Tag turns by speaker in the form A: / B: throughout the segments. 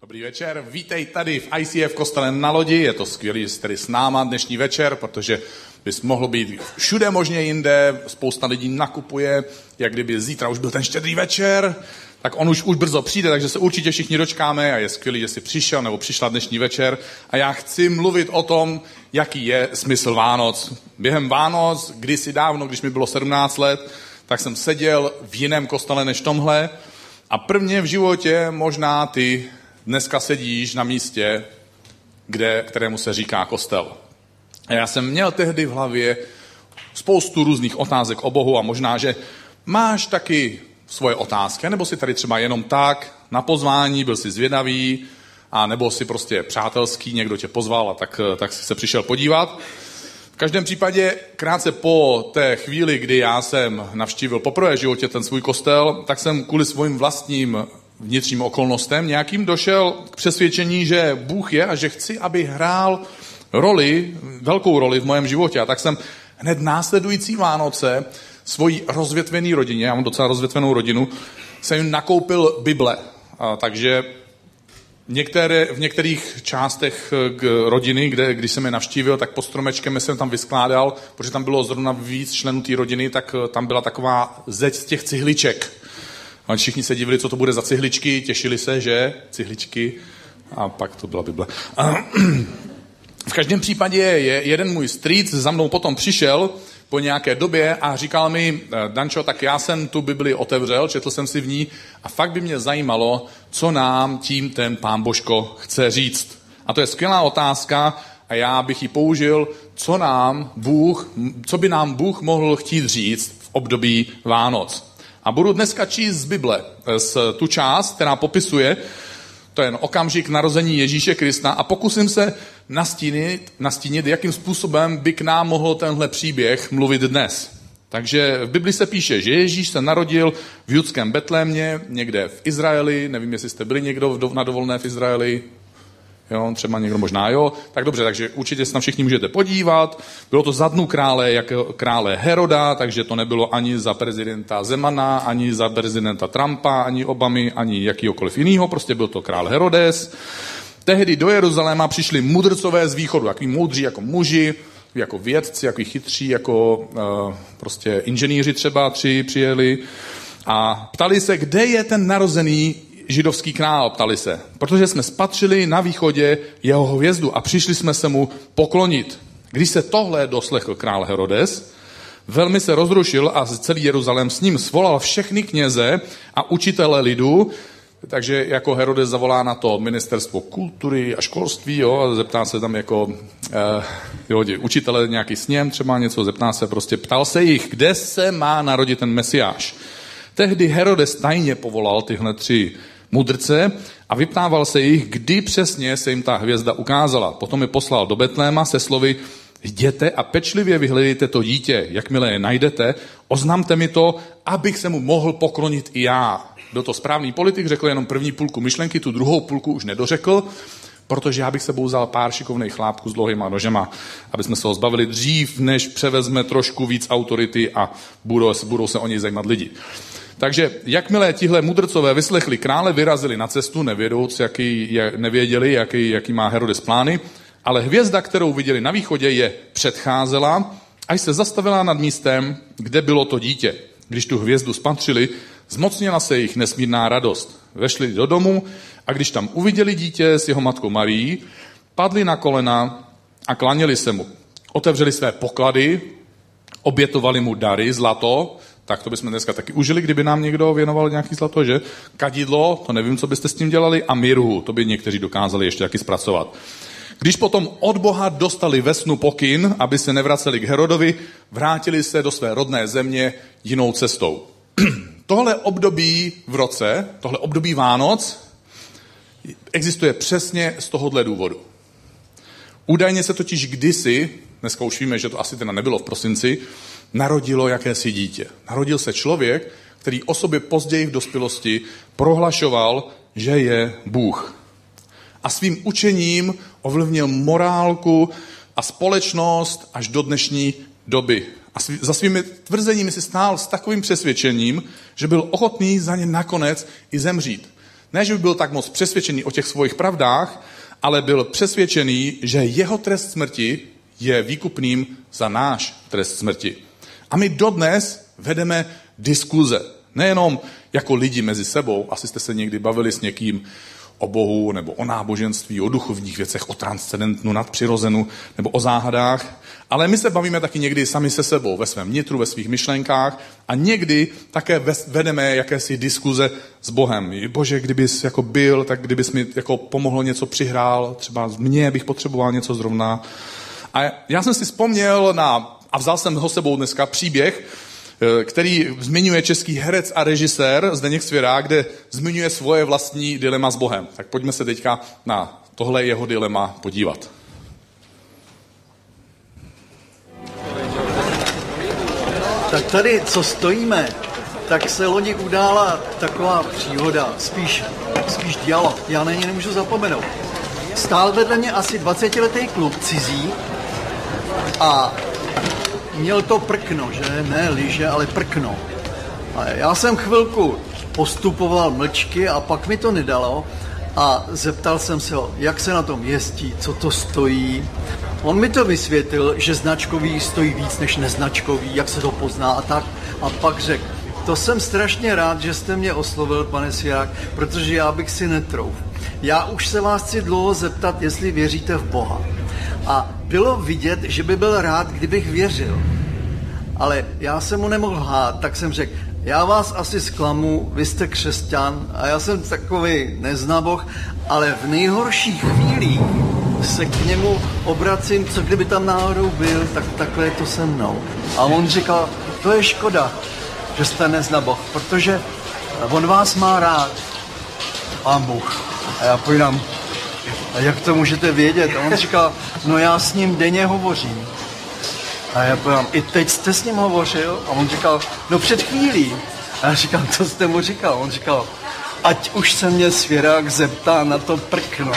A: Dobrý večer, vítej tady v ICF kostele na Lodi, je to skvělý, že jsi tady s náma dnešní večer, protože bys mohl být všude možně jinde, spousta lidí nakupuje, jak kdyby zítra už byl ten štědrý večer, tak on už brzo přijde, takže se určitě všichni dočkáme a je skvělý, že jsi přišel nebo přišla dnešní večer a já chci mluvit o tom, jaký je smysl Vánoc. Během Vánoc, kdysi dávno, když mi bylo 17 let, tak jsem seděl v jiném kostele než tomhle a prvně v životě možná ty dneska sedíš na místě, kterému se říká kostel. A já jsem měl tehdy v hlavě spoustu různých otázek o Bohu a možná, že máš taky svoje otázky, nebo si tady třeba jenom tak, na pozvání, byl jsi zvědavý, a nebo si prostě přátelský, někdo tě pozval a tak si se přišel podívat. V každém případě krátce po té chvíli, kdy já jsem navštívil poprvé v životě ten svůj kostel, tak jsem kvůli svým vlastním vnitřním okolnostem nějakým došel k přesvědčení, že Bůh je a že chci, aby hrál velkou roli v mém životě. A tak jsem hned následující Vánoce svojí rozvětvený rodině, já mám docela rozvětvenou rodinu, jsem jim nakoupil Bible. Takže v některých částech rodiny, když jsem je navštívil, tak pod stromečkem jsem tam vyskládal, protože tam bylo zrovna víc členů té rodiny, tak tam byla taková zeď z těch cihliček. A všichni se divili, co to bude za cihličky, těšili se, že cihličky, a pak to byla Bible. V každém případě jeden můj strýc za mnou potom přišel po nějaké době a říkal mi, Dančo, tak já jsem tu Bibli otevřel, četl jsem si v ní a fakt by mě zajímalo, co nám tím ten Pán Božko chce říct. A to je skvělá otázka a já bych ji použil, co by nám Bůh mohl chtít říct v období Vánoc. A budu dneska číst z Bible, z tu část, která popisuje, to je okamžik narození Ježíše Krista a pokusím se nastínit, jakým způsobem by k nám mohl tenhle příběh mluvit dnes. Takže v Bibli se píše, že Ježíš se narodil v judském Betlémě, někde v Izraeli, nevím, jestli jste byli někdo na dovolené v Izraeli, jo, třeba někdo možná jo, tak dobře, takže určitě se tam všichni můžete podívat. Bylo to za dnů krále Heroda, takže to nebylo ani za prezidenta Zemana, ani za prezidenta Trumpa, ani Obamy, ani jakýhokoliv jinýho, prostě byl to král Herodes. Tehdy do Jeruzaléma přišli mudrcové z východu, takový moudří jako muži, jako vědci, jako chytří, jako prostě inženýři třeba 3 přijeli a ptali se, kde je ten narozený židovský král, ptali se, protože jsme spatřili na východě jeho hvězdu a přišli jsme se mu poklonit. Když se tohle doslechl král Herodes, velmi se rozrušil a celý Jeruzalém s ním svolal všechny kněze a učitele lidu, takže jako Herodes zavolá na to ministerstvo kultury a školství, jo, a zeptá se tam jako učitele nějaký sněm, třeba něco, zeptá se prostě, ptal se jich, kde se má narodit ten Mesiáš. Tehdy Herodes tajně povolal tyhle 3 mudrce a vyptával se jich, kdy přesně se jim ta hvězda ukázala. Potom je poslal do Betléma se slovy, jděte a pečlivě vyhledejte to dítě, jakmile je najdete, oznamte mi to, abych se mu mohl poklonit i já. Byl to správný politik, řekl jenom první půlku myšlenky, tu druhou půlku už nedořekl, protože já bych sebou vzal pár šikovných chlápků s dlouhýma nožema, aby jsme se ho zbavili dřív, než převezme trošku víc autority a budou se o něj zajímat lidi. Takže jakmile tihle mudrcové vyslechli krále, vyrazili na cestu, nevěděli, jaký má Herodes plány, ale hvězda, kterou viděli na východě, je předcházela, až se zastavila nad místem, kde bylo to dítě. Když tu hvězdu spatřili, zmocnila se jich nesmírná radost. Vešli do domu a když tam uviděli dítě s jeho matkou Marií, padli na kolena a klaněli se mu. Otevřeli své poklady, obětovali mu dary, zlato, tak to bychom dneska taky užili, kdyby nám někdo věnoval nějaký zlato, že? Kadidlo, to nevím, co byste s tím dělali, a mirhu, to by někteří dokázali ještě taky zpracovat. Když potom od Boha dostali ve snu pokyn, aby se nevraceli k Herodovi, vrátili se do své rodné země jinou cestou. Tohle období v roce, tohle období Vánoc, existuje přesně z tohohle důvodu. Údajně se totiž kdysi, dneska už víme, že to asi teda nebylo v prosinci, narodilo jakési dítě. Narodil se člověk, který o sobě později v dospělosti prohlašoval, že je Bůh. A svým učením ovlivnil morálku a společnost až do dnešní doby. A za svými tvrzeními si stál s takovým přesvědčením, že byl ochotný za ně nakonec i zemřít. Ne, že by byl tak moc přesvědčený o těch svých pravdách, ale byl přesvědčený, že jeho trest smrti je výkupným za náš trest smrti. A my dodnes vedeme diskuze. Nejenom jako lidi mezi sebou, asi jste se někdy bavili s někým o Bohu, nebo o náboženství, o duchovních věcech, o transcendentnu, nadpřirozenu, nebo o záhadách, ale my se bavíme taky někdy sami se sebou, ve svém nitru, ve svých myšlenkách a někdy také vedeme jakési diskuze s Bohem. Bože, kdybys jako byl, tak kdybys mi jako pomohlo něco přihrál, třeba mně bych potřeboval něco zrovna. A já jsem si vzpomněl a vzal jsem ho sebou dneska příběh, který zmiňuje český herec a režisér Zdeněk Svěrák, kde zmiňuje svoje vlastní dilema s Bohem. Tak pojďme se teďka na tohle jeho dilema podívat.
B: Tak tady, co stojíme, tak se loni udála taková příhoda, spíš dialog. Já na něj nemůžu zapomenout. Stál vedle mě asi 20letý kluk cizí a měl to prkno, že? Ne lyže, ale prkno. A já jsem chvilku postupoval mlčky a pak mi to nedalo a zeptal jsem se ho, jak se na tom jezdí, co to stojí. On mi to vysvětlil, že značkový stojí víc než neznačkový, jak se to pozná a tak. A pak řekl, to jsem strašně rád, že jste mě oslovil, pane Svěrák, protože já bych si netrouf. Já už se vás chci dlouho zeptat, jestli věříte v Boha. A bylo vidět, že by byl rád, kdybych věřil. Ale já jsem mu nemohl lhát, tak jsem řekl, já vás asi zklamu, vy jste křesťan a já jsem takový neznaboch, ale v nejhorších chvílích se k němu obracím, co kdyby tam náhodou byl, tak takhle je to se mnou. A on říkal, to je škoda, že jste neznaboch, protože on vás má rád, Pán Bůh. A já povídám, a jak to můžete vědět? A on říkal, no já s ním denně hovořím. A já povídám, i teď jste s ním hovořil? A on říkal, no před chvílí. A já říkám, co jste mu říkal? On říkal, ať už se mě Svěrák zeptá na to prkno.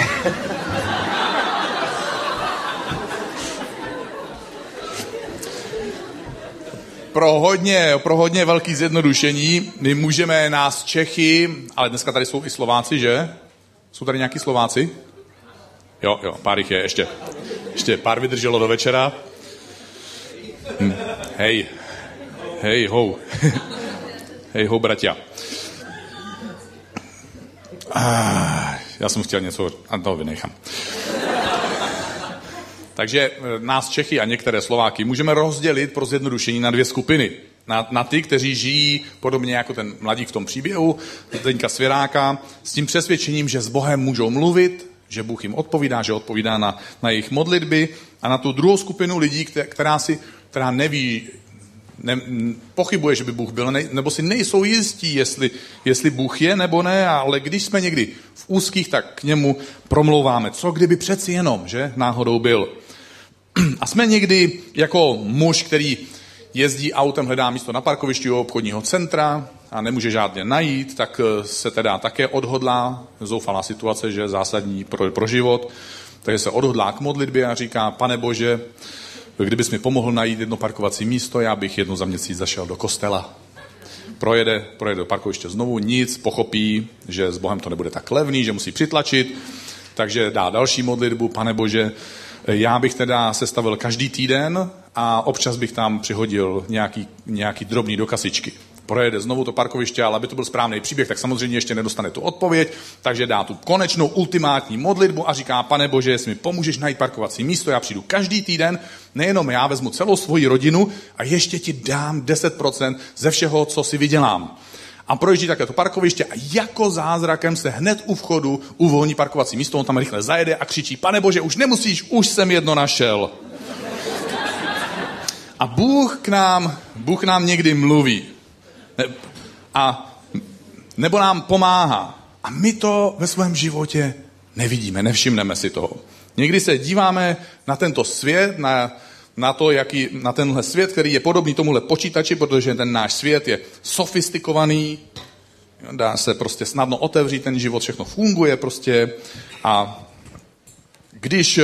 A: Pro hodně velký zjednodušení my můžeme nás Čechy, ale dneska tady jsou i Slováci, že? Jsou tady nějaký Slováci? Jo, pár jich je, ještě pár vydrželo do večera. Hej, ho. Hej, ho, bratia. Já jsem chtěl něco, a toho vynechám. Takže nás Čechy a některé Slováky můžeme rozdělit pro zjednodušení na dvě skupiny. Na ty, kteří žijí podobně jako ten mladík v tom příběhu, Zdeňka Svěráka, s tím přesvědčením, že s Bohem můžou mluvit, že Bůh jim odpovídá, že odpovídá na jejich modlitby, a na tu druhou skupinu lidí, která neví, pochybuje, že by Bůh byl, nebo si nejsou jistí, jestli Bůh je nebo ne, ale když jsme někdy v úzkých, tak k němu promlouváme. Co kdyby přeci jenom, že náhodou byl. A jsme někdy jako muž, který jezdí autem, hledá místo na parkovišti u obchodního centra a nemůže žádně najít, tak se teda také odhodlá, zoufalá situace, že je zásadní pro život, takže se odhodlá k modlitbě a říká, Pane Bože, kdybys mi pomohl najít jedno parkovací místo, já bych jednou za měsíc zašel do kostela. Projede do parkoviště znovu, nic, pochopí, že s Bohem to nebude tak levný, že musí přitlačit, takže dá další modlitbu, Pane Bože, já bych teda sestavil každý týden a občas bych tam přihodil nějaký drobný do kasičky. Projede znovu to parkoviště, ale aby to byl správný příběh, tak samozřejmě ještě nedostane tu odpověď, takže dá tu konečnou ultimátní modlitbu a říká, Pane Bože, jestli mi pomůžeš najít parkovací místo, já přijdu každý týden, nejenom já, vezmu celou svoji rodinu a ještě ti dám 10% ze všeho, co si vydělám. A projíždí také to parkoviště a jako zázrakem se hned u vchodu uvolní parkovací místo, on tam rychle zajede a křičí, Pane Bože, už nemusíš, už jsem jedno našel. A Bůh k nám někdy mluví. Nebo nám pomáhá. A my to ve svém životě nevidíme, nevšimneme si toho. Někdy se díváme na tento svět, na tenhle svět, který je podobný tomuhle počítači, protože ten náš svět je sofistikovaný, dá se prostě snadno otevřít, ten život, všechno funguje prostě. A když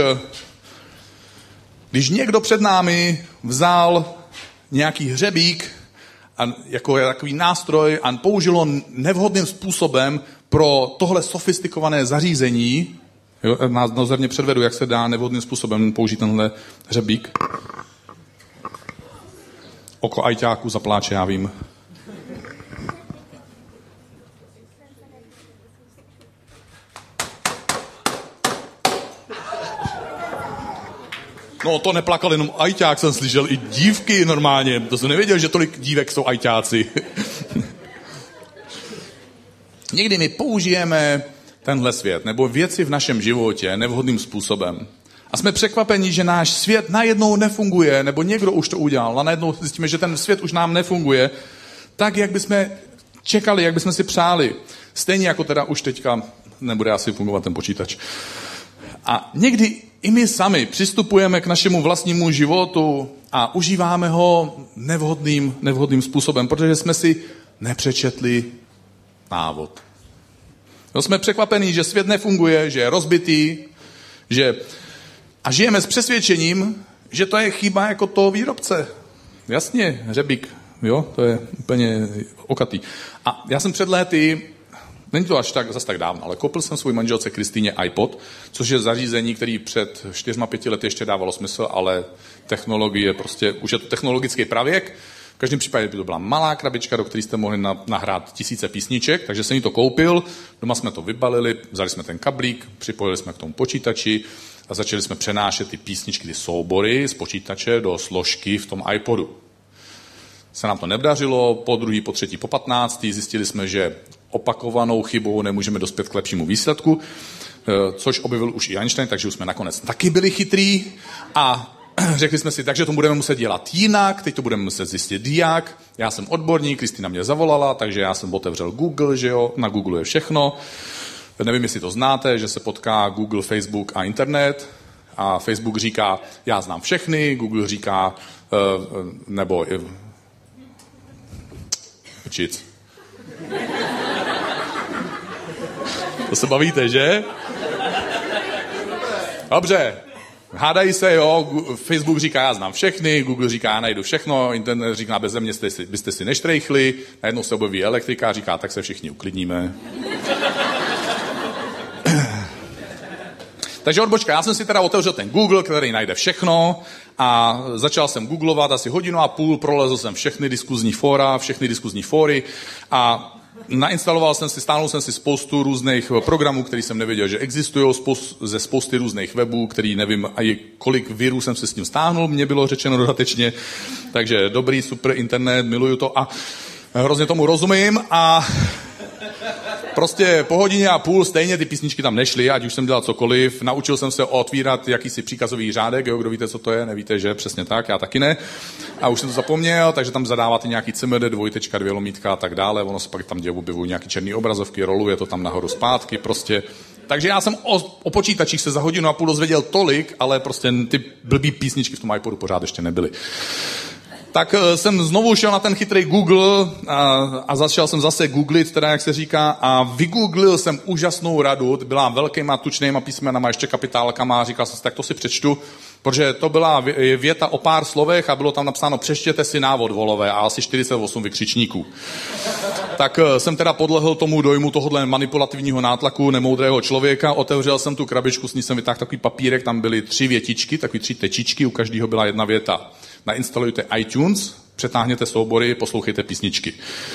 A: někdo před námi vzal nějaký hřebík jako takový nástroj a použil ho nevhodným způsobem, pro tohle sofistikované zařízení, jo, názorně předvedu, jak se dá nevhodným způsobem použít tenhle hřebík. Oko ajťáku zapláče, já vím. No, to neplakal jenom ajťák, jsem slyšel i dívky normálně. To jsem nevěděl, že tolik dívek jsou ajťáci. Někdy my použijeme tenhle svět nebo věci v našem životě nevhodným způsobem. A jsme překvapeni, že náš svět najednou nefunguje, nebo někdo už to udělal a najednou zjistíme, že ten svět už nám nefunguje tak, jak bychom čekali, jak bychom si přáli. Stejně jako teda už teďka nebude asi fungovat ten počítač. A někdy i my sami přistupujeme k našemu vlastnímu životu a užíváme ho nevhodným způsobem, protože jsme si nepřečetli návod. No, jsme překvapení, že svět nefunguje, že je rozbitý, a žijeme s přesvědčením, že to je chyba jako toho výrobce. Jasně, hřebík, jo, to je úplně okatý. A já jsem před léty, není to až zas tak dávno, ale koupil jsem svůj manželce Kristýně iPod, což je zařízení, který před 4-5 lety ještě dávalo smysl, ale technologie prostě, už je to technologický pravěk. V každém případě by to byla malá krabička, do které jste mohli nahrát tisíce písniček, takže jsem jí to koupil, doma jsme to vybalili, vzali jsme ten kablík, připojili jsme k tomu počítači a začali jsme přenášet ty písničky, ty soubory z počítače do složky v tom iPodu. Se nám to nedařilo, po druhý, po třetí, po 15. Zjistili jsme, že opakovanou chybou nemůžeme dospět k lepšímu výsledku, což objevil už i Einstein, takže už jsme nakonec taky byli chytrý a řekli jsme si, takže to budeme muset dělat jinak, teď to budeme muset zjistit jak. Já jsem odborník, Kristýna mě zavolala, takže já jsem otevřel Google, že jo, na Google je všechno. Nevím, jestli to znáte, že se potká Google, Facebook a internet a Facebook říká, já znám všechny, Google říká, nebo čic. To se bavíte, že? Dobře. Hádají se, jo, Facebook říká, já znám všechny, Google říká, já najdu všechno, internet říká, beze mě byste si neštrejchli, najednou se objeví elektrika, říká, tak se všichni uklidníme. Takže odbočka, já jsem si teda otevřel ten Google, který najde všechno a začal jsem googlovat asi 1,5 hodiny, prolezl jsem všechny diskuzní fóra, všechny diskuzní fóry a stáhnul jsem si spoustu různých programů, který jsem nevěděl, že existují, ze spousty různých webů, který nevím, a kolik virů jsem si s tím stáhnul, mně bylo řečeno dodatečně, takže dobrý, super internet, miluju to a hrozně tomu rozumím a prostě po 1,5 hodině stejně ty písničky tam nešly, ať už jsem dělal cokoliv. Naučil jsem se otvírat jakýsi příkazový řádek, jo, kdo víte, co to je, nevíte, že přesně tak, já taky ne. A už jsem to zapomněl, takže tam zadáváte nějaký CMD, 2 lomítka a tak dále, ono se pak tam objevují nějaký černý obrazovky, roluje to tam nahoru zpátky, prostě. Takže já jsem o počítačích se za 1,5 hodiny dozvěděl tolik, ale prostě ty blbý písničky v tom iPodu pořád ještě nebyly. Tak jsem znovu šel na ten chytrý Google a začal jsem zase googlit, teda jak se říká, a vygooglil jsem úžasnou radu, byla velkýma tučnýma písmenama, ještě kapitálkama a říkal jsem si, tak to si přečtu, protože to byla věta o pár slovech a bylo tam napsáno, přečtěte si návod, volové, a asi 48 vykřičníků. Tak jsem teda podlehl tomu dojmu tohohle manipulativního nátlaku nemoudrého člověka, otevřel jsem tu krabičku, s ní jsem vytáhl takový papírek, tam byly 3 větičky, takový 3 tečičky, u každého byla jedna věta. Nainstalujte iTunes, přetáhněte soubory, poslouchejte písničky.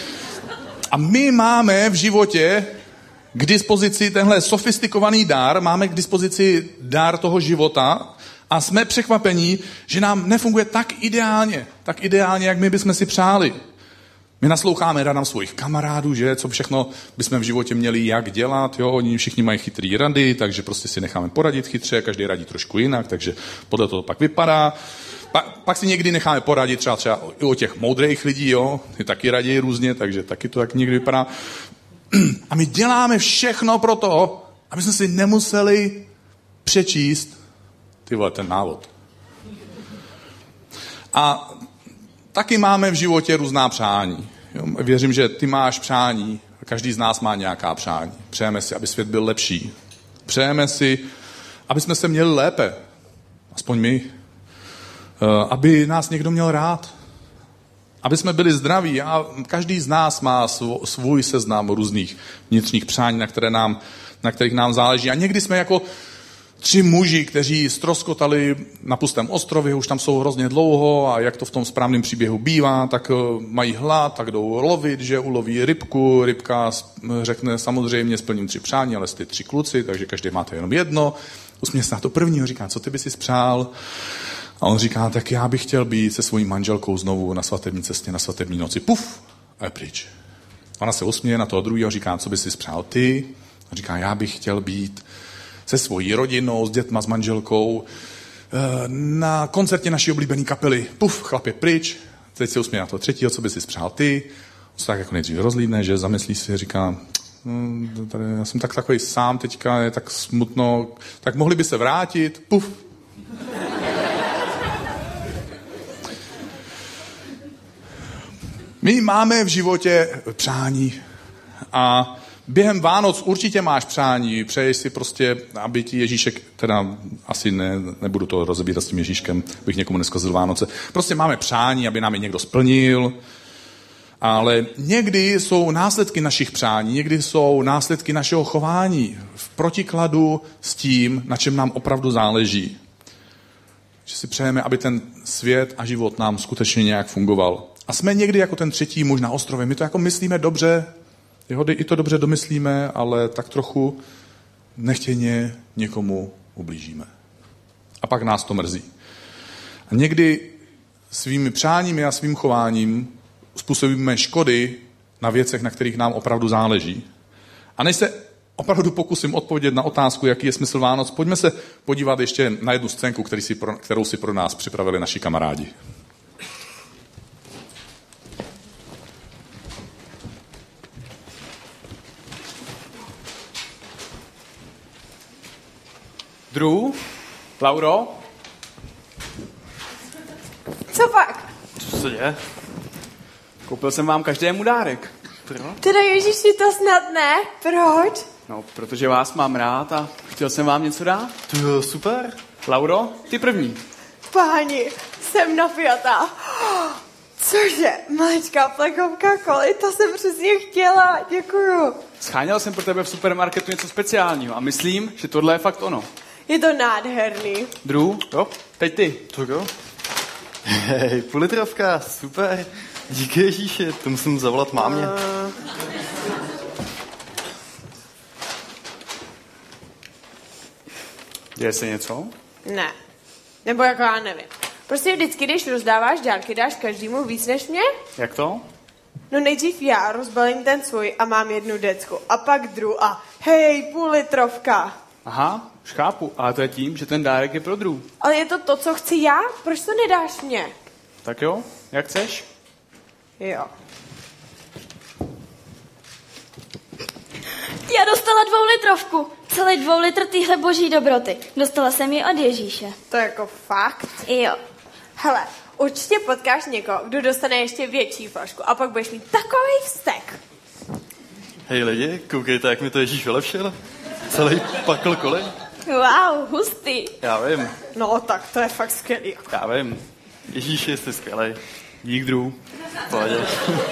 A: A my máme v životě k dispozici tenhle sofistikovaný dar, máme k dispozici dar toho života a jsme překvapení, že nám nefunguje tak ideálně, jak my bychom si přáli. My nasloucháme radám svých kamarádů, že co všechno bychom v životě měli jak dělat, jo, oni všichni mají chytrý rady, takže prostě si necháme poradit chytře, každý radí trošku jinak, takže podle toho pak vypadá. Pak si někdy necháme poradit třeba i o těch moudrých lidí, jo, ty taky raději různě, takže taky to tak někdy vypadá. A my děláme všechno pro to, aby jsme si nemuseli přečíst ten návod. A taky máme v životě různá přání. Jo, věřím, že ty máš přání, každý z nás má nějaká přání. Přejeme si, aby svět byl lepší. Přejeme si, aby jsme se měli lépe. Aspoň my. Aby nás někdo měl rád. aby jsme byli zdraví. A každý z nás má svůj seznam různých vnitřních přání, na kterých nám záleží. A někdy jsme jako 3 muži, kteří ztroskotali na pustém ostrově, už tam jsou hrozně dlouho a jak to v tom správném příběhu bývá, tak mají hlad, tak jdou lovit, že uloví rybku, rybka řekne samozřejmě splním 3 přání, ale jste 3 kluci, takže každý máte jenom jedno. Usměje se na to prvního, říká, co ty by si spřál? A on říká, tak já bych chtěl být se svojí manželkou znovu na svatební cestě, na svatební noci. Puf, a je pryč. Ona se usměje na toho druhého, říká, co by si spřál ty? A říká, já bych chtěl být se svojí rodinou, s dětma, s manželkou, na koncertě naší oblíbené kapely. Puf, chlap je pryč. Teď se usměje na toho třetího, co by si spřál ty. On se tak jako nejdřív rozlídne, že zamyslí si, říká, tady, já jsem takový sám teďka, je tak smutno, tak mohli by se vrátit. Puf. My máme v životě přání a během Vánoc určitě máš přání, přeješ si prostě, aby ti Ježíšek, teda asi nebudu to rozebírat s tím Ježíškem, bych někomu neskazil Vánoce, prostě máme přání, aby nám je někdo splnil, ale někdy jsou následky našich přání, někdy jsou následky našeho chování v protikladu s tím, na čem nám opravdu záleží. Že si přejeme, aby ten svět a život nám skutečně nějak fungoval. A jsme někdy jako ten 3. muž na ostrově, my to jako myslíme dobře, i to dobře domyslíme, ale tak trochu nechtěně někomu ublížíme. A pak nás to mrzí. A někdy svými přáními a svým chováním způsobíme škody na věcech, na kterých nám opravdu záleží. A než se opravdu pokusím odpovědět na otázku, jaký je smysl Vánoc, pojďme se podívat ještě na jednu scénku, kterou si pro nás připravili naši kamarádi.
C: Drew? Lauro?
D: Co pak?
C: Co se děje? Koupil jsem vám každému dárek. Proč?
D: Teda Ježíši, to snad ne. Proč?
C: No, protože vás mám rád a chtěl jsem vám něco dát.
E: To je super.
C: Lauro, ty první.
D: Páni, jsem napjatá. Cože, maličká plechovka koly, to jsem přesně chtěla, děkuju.
C: Scháněl jsem pro tebe v supermarketu něco speciálního a myslím, že tohle je fakt ono.
D: Je to nádherný.
C: Drew, jo, teď ty.
E: To jo. Hej, půlitrovka, super. Díky Ježíši, to musím zavolat mámě.
C: Děje se něco?
D: Ne. Nebo jako já nevím. Prostě vždycky, když rozdáváš dárky, dáš každému víc než mě?
C: Jak to?
D: No nejdřív já rozbalím ten svůj a mám 1 decku. A pak Drew a hej, půlitrovka.
C: Aha, už chápu, ale to je tím, že ten dárek je pro Drew.
D: Ale je to, co chci já? Proč to nedáš mě?
C: Tak jo, jak chceš?
D: Jo.
F: Já dostala 2litrovku. Celý 2 litr téhle boží dobroty. Dostala jsem ji od Ježíše.
D: To jako fakt?
F: Jo.
D: Hele, určitě potkáš někoho, kdo dostane ještě větší flašku a pak budeš mít takový vztek.
E: Hej lidi, koukejte, jak mi to Ježíš vylepšil. Celý pakl kolej.
F: Wow, hustý.
E: Já vím,
D: No tak to je fakt skvělý.
E: já vím. Ježíši, jsi skvělej.
C: Dík, Drew.
E: Pohodě.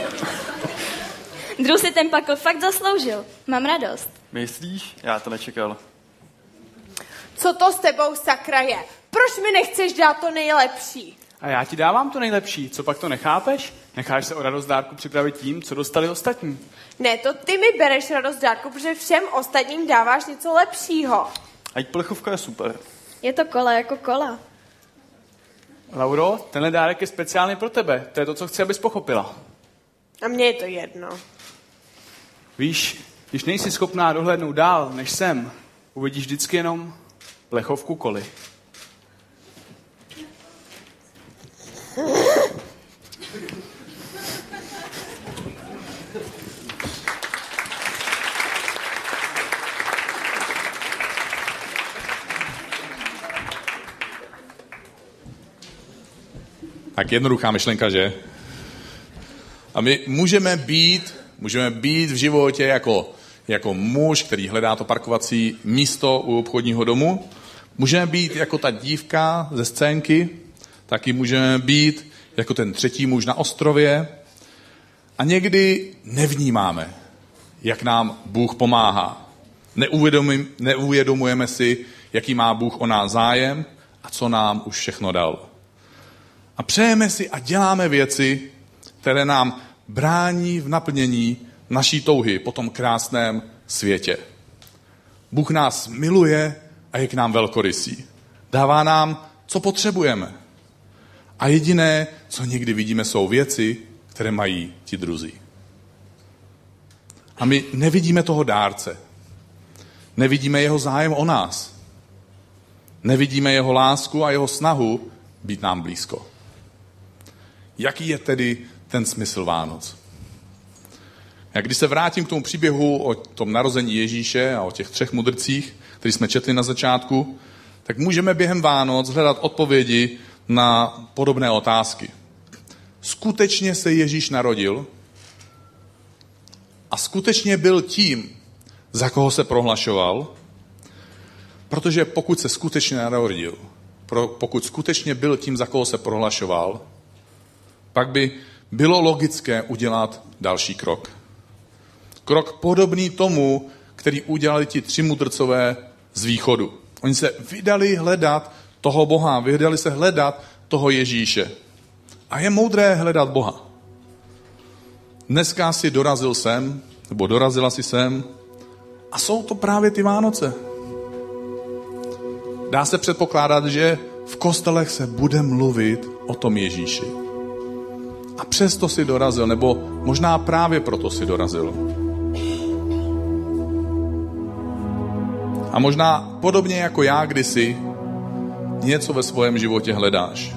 F: Drew si ten pakl fakt zasloužil. Mám radost.
E: Myslíš? Já to nečekal.
D: Co to s tebou sakra je? Proč mi nechceš dát to nejlepší?
C: A já ti dávám to nejlepší. Co pak to nechápeš? Necháš se o radost dárku připravit tím, co dostali ostatní.
D: Ne, to ty mi bereš radost dárku, protože všem ostatním dáváš něco lepšího.
E: A jí plechovka je super.
F: Je to kola jako kola.
C: Lauro, tenhle dárek je speciálně pro tebe. To je to, co chci, abys pochopila.
D: A mně je to jedno.
C: Víš, když nejsi schopná dohlédnout dál, než jsem, uvidíš vždycky jenom plechovku koly.
A: Tak jednoduchá myšlenka, že? A my můžeme být v životě jako muž, který hledá to parkovací místo u obchodního domu. Můžeme být jako ta dívka ze scénky, taky můžeme být jako ten třetí muž na ostrově a někdy nevnímáme, jak nám Bůh pomáhá. Neuvědomujeme si, jaký má Bůh o nás zájem a co nám už všechno dal. A přejeme si a děláme věci, které nám brání v naplnění naší touhy po tom krásném světě. Bůh nás miluje a je k nám velkorysý. Dává nám, co potřebujeme. A jediné, co někdy vidíme, jsou věci, které mají ti druzí. A my nevidíme toho dárce. Nevidíme jeho zájem o nás. Nevidíme jeho lásku a jeho snahu být nám blízko. Jaký je tedy ten smysl Vánoc? A když se vrátím k tomu příběhu o tom narození Ježíše a o těch 3 mudrcích, který jsme četli na začátku, tak můžeme během Vánoc hledat odpovědi na podobné otázky. Skutečně se Ježíš narodil a skutečně byl tím, za koho se prohlašoval, protože pokud se skutečně narodil, pokud skutečně byl tím, za koho se prohlašoval, pak by bylo logické udělat další krok. Krok podobný tomu, který udělali ti 3 mudrcové z východu. Oni se vydali hledat toho Boha, vydali se hledat toho Ježíše. A je moudré hledat Boha. Dneska si dorazil sem, nebo dorazila si sem, a jsou to právě ty Vánoce. Dá se předpokládat, že v kostelech se bude mluvit o tom Ježíši. A přesto si dorazil, nebo možná právě proto si dorazil. A možná podobně jako já kdysi něco ve svém životě hledáš.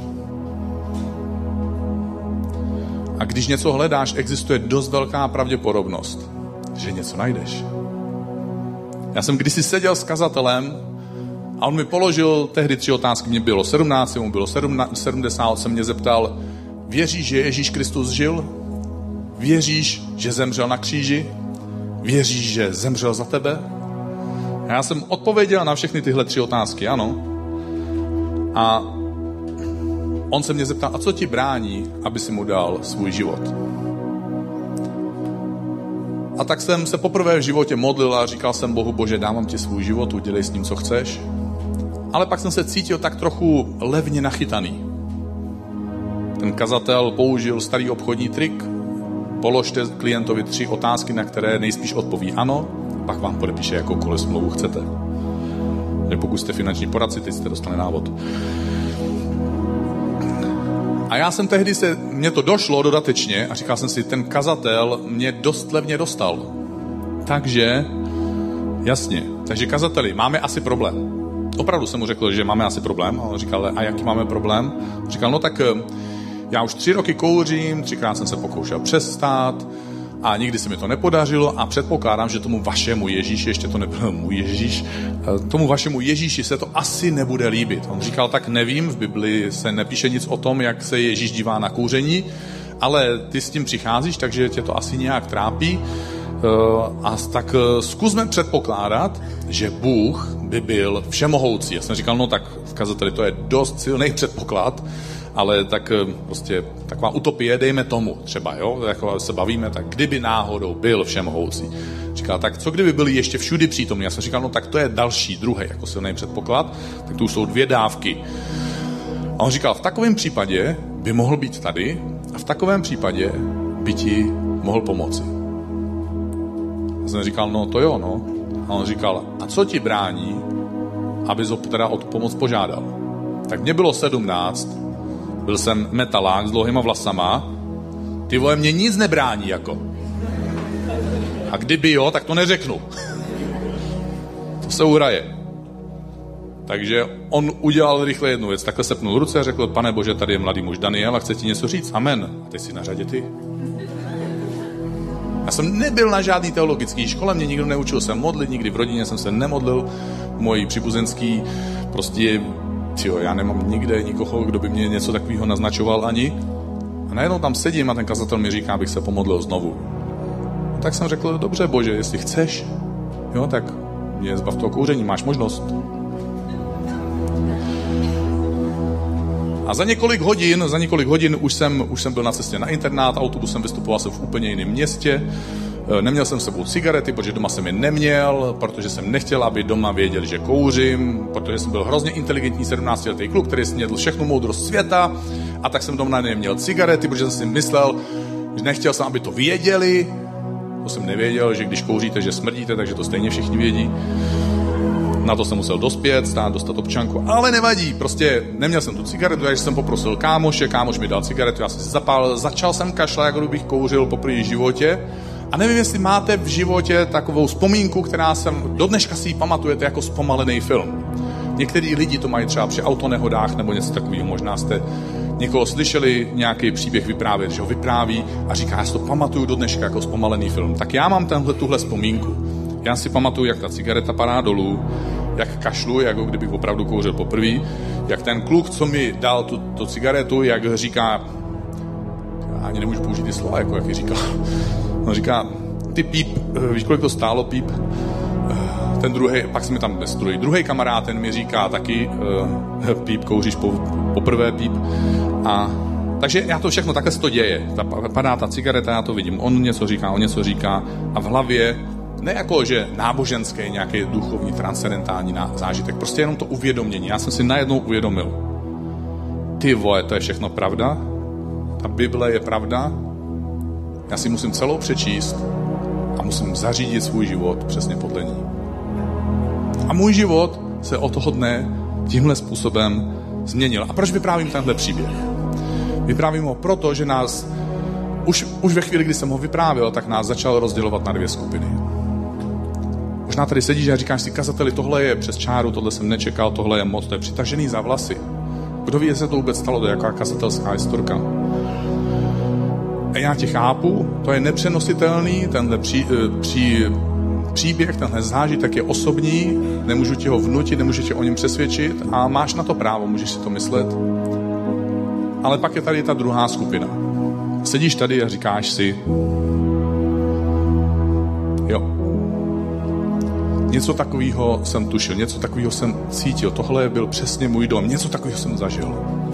A: A když něco hledáš, existuje dost velká pravděpodobnost, že něco najdeš. Já jsem kdysi seděl s kazatelem a on mi položil tehdy 3 otázky. Mně bylo 17, mu bylo 70, on se mě zeptal, věříš, že Ježíš Kristus žil? Věříš, že zemřel na kříži? Věříš, že zemřel za tebe? A já jsem odpověděl na všechny tyhle 3 otázky, ano. A on se mě zeptal, a co ti brání, aby si mu dal svůj život? A tak jsem se poprvé v životě modlil a říkal jsem Bohu, Bože, dávám ti svůj život, udělej s ním, co chceš. Ale pak jsem se cítil tak trochu levně nachytaný. Ten kazatel použil starý obchodní trik. Položte klientovi 3 otázky, na které nejspíš odpoví ano, pak vám podepíše jakoukoliv smlouvu chcete. Pokud jste finanční poradci, teď jste dostali návod. A já jsem tehdy mně to došlo dodatečně a říkal jsem si, ten kazatel mě dost levně dostal. Takže, jasně, takže kazateli, máme asi problém. Opravdu jsem mu řekl, že máme asi problém. A on říkal, a jaký máme problém? Říkal, no tak já už 3 roky kouřím, 3krát jsem se pokoušel přestat a nikdy se mi to nepodařilo a předpokládám, že tomu vašemu Ježíši, ještě to nebyl můj Ježíš, tomu vašemu Ježíši se to asi nebude líbit. On říkal, tak nevím, v Biblii se nepíše nic o tom, jak se Ježíš dívá na kouření, ale ty s tím přicházíš, takže tě to asi nějak trápí. A tak zkusme předpokládat, že Bůh by byl všemohoucí. Já jsem říkal, no tak v kazateli to je dost silný předpoklad, ale tak prostě taková utopie, dejme tomu třeba, jo, jako se bavíme, tak kdyby náhodou byl všemohoucí. Říkal, tak co kdyby byli ještě všudy přítomní? Já jsem říkal, no tak to je další, druhý jako silný předpoklad, tak to už jsou 2 dávky. A on říkal, v takovém případě by mohl být tady a v takovém případě by ti mohl pomoci. Já jsem říkal, no to jo, no. A on říkal, a co ti brání, abys ho teda o tu pomoc požádal? Tak mě bylo 17, byl jsem metalák s dlouhýma vlasama, ty vole, mě nic nebrání, jako. A kdyby jo, tak to neřeknu. To se uhraje. Takže on udělal rychle jednu věc, takhle sepnul ruce a řekl, Pane Bože, tady je mladý muž Daniel a chce ti něco říct, amen. A teď si na řadě ty. Já jsem nebyl na žádný teologický škole, mě nikdo neučil se modlit, nikdy v rodině jsem se nemodlil, můj příbuzenský prostě, já nemám nikde nikoho, kdo by mě něco takového naznačoval ani. A najednou tam sedím a ten kazatel mi říká, abych se pomodlil znovu. A tak jsem řekl, dobře Bože, jestli chceš, jo, tak mě zbav toho kouření, máš možnost. A za několik hodin už jsem byl na cestě na internát, autobusem vystupoval jsem v úplně jiném městě. Neměl jsem s sebou cigarety, protože doma jsem je neměl, protože jsem nechtěl, aby doma věděli, že kouřím, protože jsem byl hrozně inteligentní 17letý kluk, který snědl všechnu moudrost světa, a tak jsem doma neměl cigarety, protože jsem si myslel, že nechtěl jsem, aby to věděli. To jsem nevěděl, že když kouříte, že smrdíte, takže to stejně všichni vědí. Na to jsem musel dostat občanku, ale nevadí, prostě neměl jsem tu cigaretu, takže jsem poprosil kámoš mi dal cigaretu, já jsem si zapálil, začal jsem kašlat, jako kdybych kouřil poprvé v životě. A nevím, jestli máte v životě takovou vzpomínku, která do dneška si ji pamatujete jako zpomalený film. Některý lidi to mají třeba při autonehodách nebo něco takového, možná jste někoho slyšeli nějaký příběh vyprávět, že ho vypráví a říká, já si to pamatuju do dneška jako zpomalený film. Tak já mám tuhle vzpomínku. Já si pamatuju, jak ta cigareta padá dolů, jak kašlu, jako kdybych opravdu kouřil poprvé, jak ten kluk, co mi dal tu cigaretu, jak říká, já ani nemůžu použít ty slova, jako jak ji říkal. On říká, ty píp, víš, kolik to stálo, píp? Ten druhý, pak jsme tam destruji. Druhý kamarád, ten mi říká taky, píp, kouříš poprvé, píp. Takže já to všechno, takhle se to děje. Padá ta cigareta, já to vidím. On něco říká a v hlavě, ne jako, že náboženský, nějaký duchovní, transcendentální zážitek, prostě jenom to uvědomění. Já jsem si najednou uvědomil. Ty vole, to je všechno pravda? Ta Bible je pravda? Já si musím celou přečíst a musím zařídit svůj život přesně podle ní. A můj život se od toho dne tímhle způsobem změnil. A proč vyprávím tenhle příběh? Vyprávím ho proto, že nás, už ve chvíli, kdy jsem ho vyprávěl, tak nás začal rozdělovat na dvě skupiny. Možná tady sedíš a říkáš si, kazateli, tohle je přes čáru, tohle jsem nečekal, tohle je moc, to je přitažený za vlasy. Kdo ví, jestli se to vůbec stalo, to je jaká kazatelská historka. A já tě chápu, to je nepřenositelný, tenhle příběh, tenhle zážitek je osobní, nemůžu ti ho vnutit, nemůžu tě o něm přesvědčit a máš na to právo, můžeš si to myslet. Ale pak je tady ta druhá skupina. Sedíš tady a říkáš si, jo, něco takového jsem tušil, něco takového jsem cítil, tohle byl přesně můj dom, něco takového jsem zažil.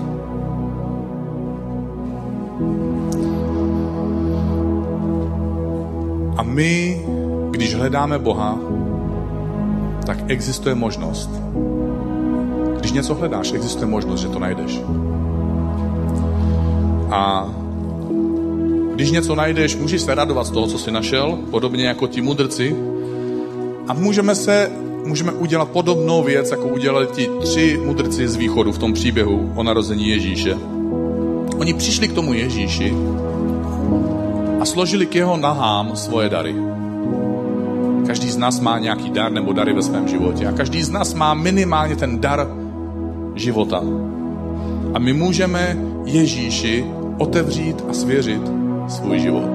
A: A my, když hledáme Boha, tak existuje možnost. Když něco hledáš, existuje možnost, že to najdeš. A když něco najdeš, můžeš se radovat z toho, co jsi našel, podobně jako ti mudrci. A můžeme udělat podobnou věc, jako udělali ti 3 mudrci z východu v tom příběhu o narození Ježíše. Oni přišli k tomu Ježíši a složili k jeho nahám svoje dary. Každý z nás má nějaký dar nebo dary ve svém životě. A každý z nás má minimálně ten dar života. A my můžeme Ježíši otevřít a svěřit svůj život.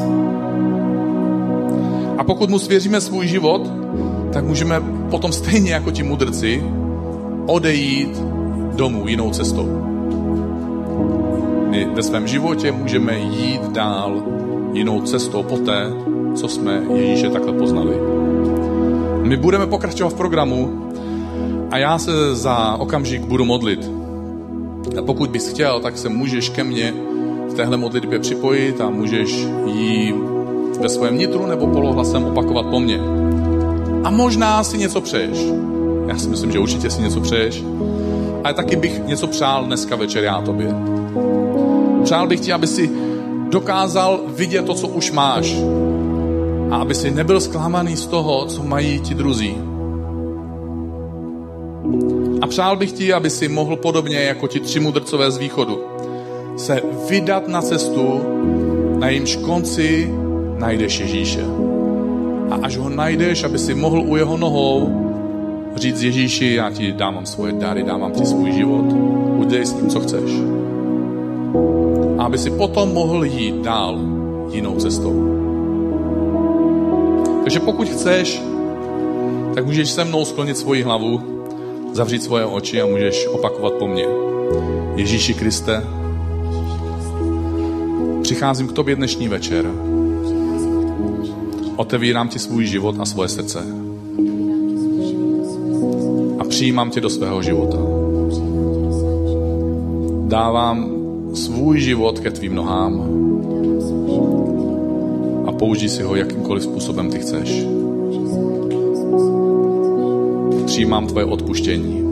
A: A pokud mu svěříme svůj život, tak můžeme potom stejně jako ti mudrci odejít domů jinou cestou. My ve svém životě můžeme jít dál jinou cestou poté, co jsme Ježíše takhle poznali. My budeme pokračovat v programu a já se za okamžik budu modlit. A pokud bys chtěl, tak se můžeš ke mně v téhle modlitbě připojit a můžeš ji ve svém nitru nebo polohlasem opakovat po mně. A možná si něco přeješ. Já si myslím, že určitě si něco přeješ. Ale taky bych něco přál dneska večer já tobě. Přál bych ti, aby si dokázal vidět to, co už máš. A aby si nebyl zklamaný z toho, co mají ti druzí. A přál bych ti, aby si mohl podobně jako ti 3 mudrcové z východu se vydat na cestu, na jejímž konci najdeš Ježíše. A až ho najdeš, aby si mohl u jeho nohou říct Ježíši, já ti dávám svoje dary, dávám ti svůj život, udělej s ním, co chceš. A aby si potom mohl jít dál jinou cestou. Takže pokud chceš, tak můžeš se mnou sklonit svoji hlavu, zavřít svoje oči a můžeš opakovat po mně. Ježíši Kriste, přicházím k tobě dnešní večer. Otevírám ti svůj život a svoje srdce. A přijímám tě do svého života. dávám svůj život ke tvým nohám a použij si ho jakýmkoliv způsobem ty chceš. Přijímám tvoje odpuštění.